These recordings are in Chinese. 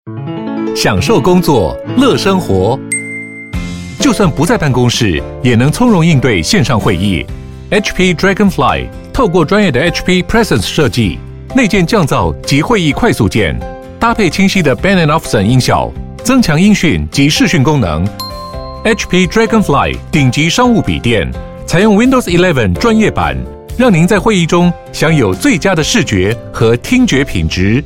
享受工作，乐生活。就算不在办公室，也能从容应对线上会议。HP Dragonfly 透过专业的 HP Presence 设计，内建降噪及会议快速键，搭配清晰的 Bang & Olufsen 音效，增强音讯及视讯功能。HP Dragonfly 顶级商务笔电，采用 Windows 11专业版，让您在会议中享有最佳的视觉和听觉品质。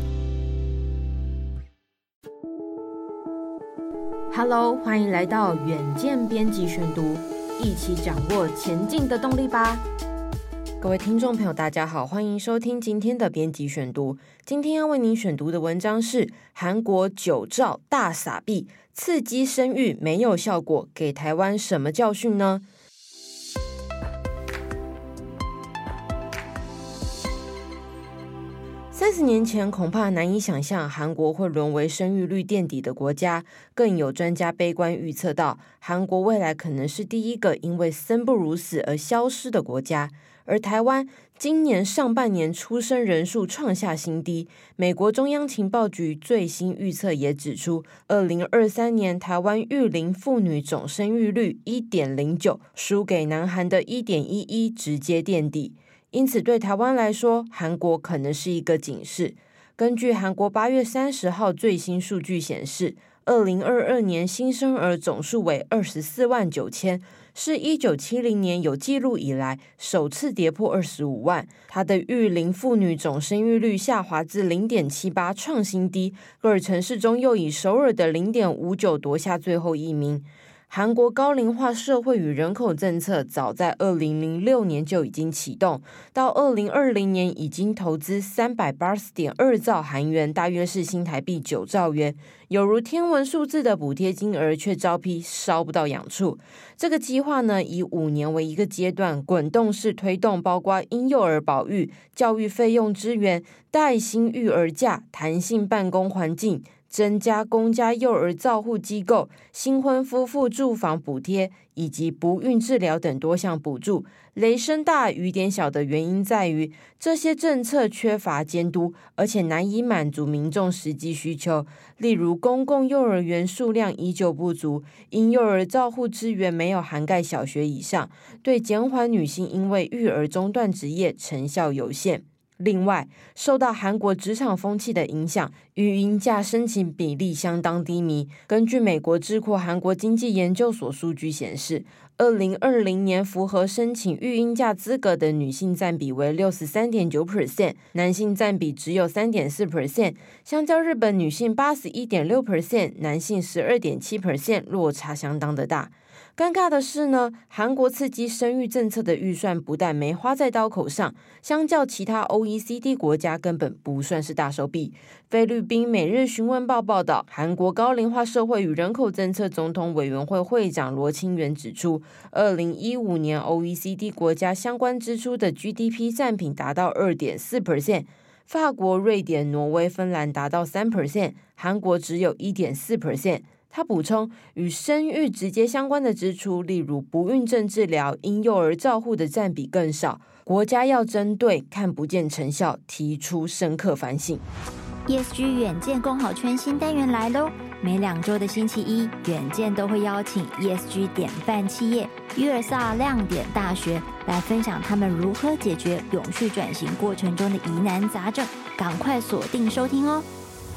Hello， 欢迎来到远见编辑选读，一起掌握前进的动力吧。各位听众朋友，大家好，欢迎收听今天的编辑选读。今天要为您选读的文章是韩国9兆大撒币，刺激生育没有效果，给台湾什么教训呢？30年前恐怕难以想象韩国会沦为生育率垫底的国家，更有专家悲观预测到韩国未来可能是第一个因为生不如死而消失的国家。而台湾今年上半年出生人数创下新低，美国中央情报局最新预测也指出，2023年台湾育龄妇女总生育率 1.09， 输给南韩的 1.11， 直接垫底。因此对台湾来说，韩国可能是一个警示。根据韩国8月30号最新数据显示，2022年新生儿总数为24万9千，是1970年有记录以来首次跌破25万。它的育龄妇女总生育率下滑至 0.78， 创新低。各尔城市中又以首尔的 0.59 夺下最后一名。韩国高龄化社会与人口政策早在2006年就已经启动，到2020年已经投资 380.2 兆韩元，大约是新台币9兆元，有如天文数字的补贴金额却招批烧不到痒处。这个计划呢，以5年为一个阶段，滚动式推动，包括婴幼儿保育、教育费用支援、带薪育儿假、弹性办公环境、增加公家幼儿照护机构、新婚夫妇住房补贴以及不孕治疗等多项补助。雷声大雨点小的原因在于，这些政策缺乏监督，而且难以满足民众实际需求。例如，公共幼儿园数量依旧不足，婴幼儿照护资源没有涵盖小学以上，对减缓女性因为育儿中断职业成效有限。另外，受到韩国职场风气的影响，育婴假申请比例相当低迷。根据美国智库韩国经济研究所数据显示，2020年符合申请育婴假资格的女性占比为 63.9%， 男性占比只有 3.4%， 相较日本女性 81.6%， 男性 12.7%， 落差相当的大。尴尬的是呢，韩国刺激生育政策的预算不但没花在刀口上，相较其他 OECD 国家根本不算是大手笔。菲律宾每日询问报报道，韩国高龄化社会与人口政策总统委员会会长罗清源指出，2015年 OECD 国家相关支出的 GDP 占比达到 2.4%， 法国、瑞典、挪威、芬兰达到 3%， 韩国只有 1.4%。他补充，与生育直接相关的支出，例如不孕症治疗、婴幼儿照护的占比更少。国家要针对看不见成效提出深刻反省。 ESG 远见共好圈新单元来咯，每2周的星期一，远见都会邀请 ESG 典范企业约尔萨亮点大学来分享他们如何解决永续转型过程中的疑难杂症，赶快锁定收听哦。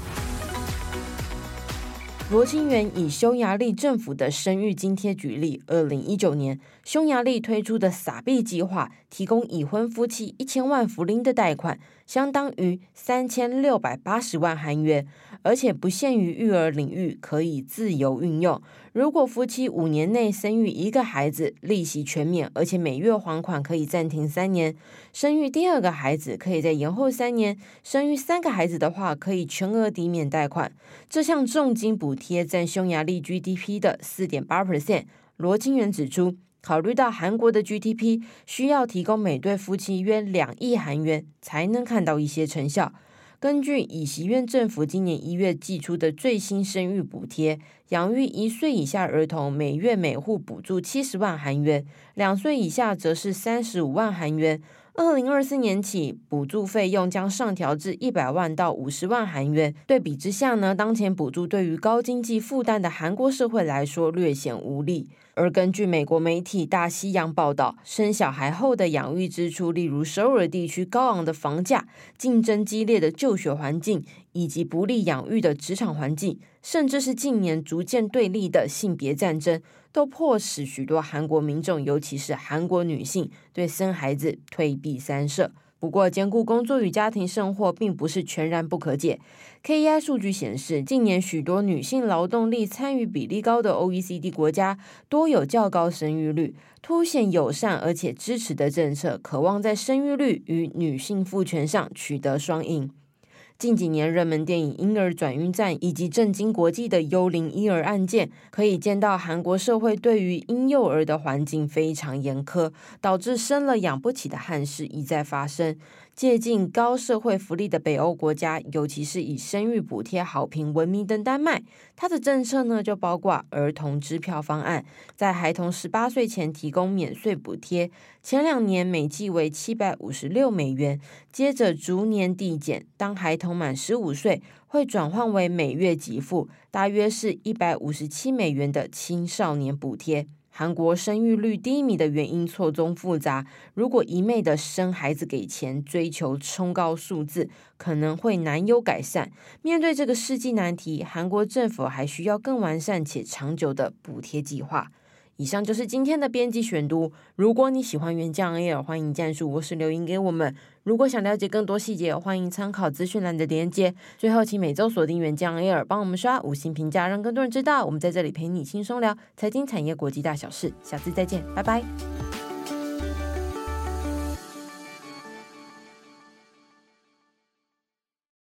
罗清源以匈牙利政府的生育津贴举例，2019年匈牙利推出的撒币计划，提供已婚夫妻1000万福林的贷款，相当于3680万韩元，而且不限于育儿领域，可以自由运用。如果夫妻5年内生育1个孩子，利息全免，而且每月还款可以暂停3年。生育第2个孩子可以再延后3年，生育3个孩子的话，可以全额抵免贷款。这项重金补贴占匈牙利 GDP 的 4.8%。罗清源指出，考虑到韩国的 GDP 需要提供每对夫妻约2亿韩元才能看到一些成效。根据以习院政府今年1月寄出的最新生育补贴，养育1岁以下儿童每月每户补助70万韩元，2岁以下则是35万韩元。 2024年起，补助费用将上调至100万到50万韩元。对比之下呢，当前补助对于高经济负担的韩国社会来说略显无力。而根据美国媒体大西洋报道，生小孩后的养育支出，例如首尔地区高昂的房价、竞争激烈的就学环境，以及不利养育的职场环境，甚至是近年逐渐对立的性别战争，都迫使许多韩国民众，尤其是韩国女性，对生孩子退避三舍。不过，兼顾工作与家庭生活并不是全然不可解。KEI 数据显示，近年许多女性劳动力参与比例高的 OECD 国家多有较高生育率，凸显友善而且支持的政策，渴望在生育率与女性赋权上取得双赢。近几年热门电影《婴儿转运站》以及震惊国际的幽灵婴儿案件，可以见到韩国社会对于婴幼儿的环境非常严苛，导致生了养不起的憾事一再发生。接近高社会福利的北欧国家，尤其是以生育补贴好评闻名的丹麦，它的政策呢就包括儿童支票方案，在孩童18岁前提供免税补贴，前2年每季为756美元，接着逐年递减，当孩童满15岁会转换为每月给付，大约是157美元的青少年补贴。韩国生育率低迷的原因错综复杂，如果一昧的生孩子给钱，追求冲高数字，可能会难有改善。面对这个世纪难题，韩国政府还需要更完善且长久的补贴计划。以上就是今天的编辑选读。如果你喜欢原酱 Air， 欢迎赞助或是留言给我们。如果想了解更多细节，欢迎参考资讯栏的连结。最后，请每周锁定原酱 Air， 帮我们刷5星评价，让更多人知道我们在这里陪你轻松聊财经、产业、国际大小事。下次再见，拜拜。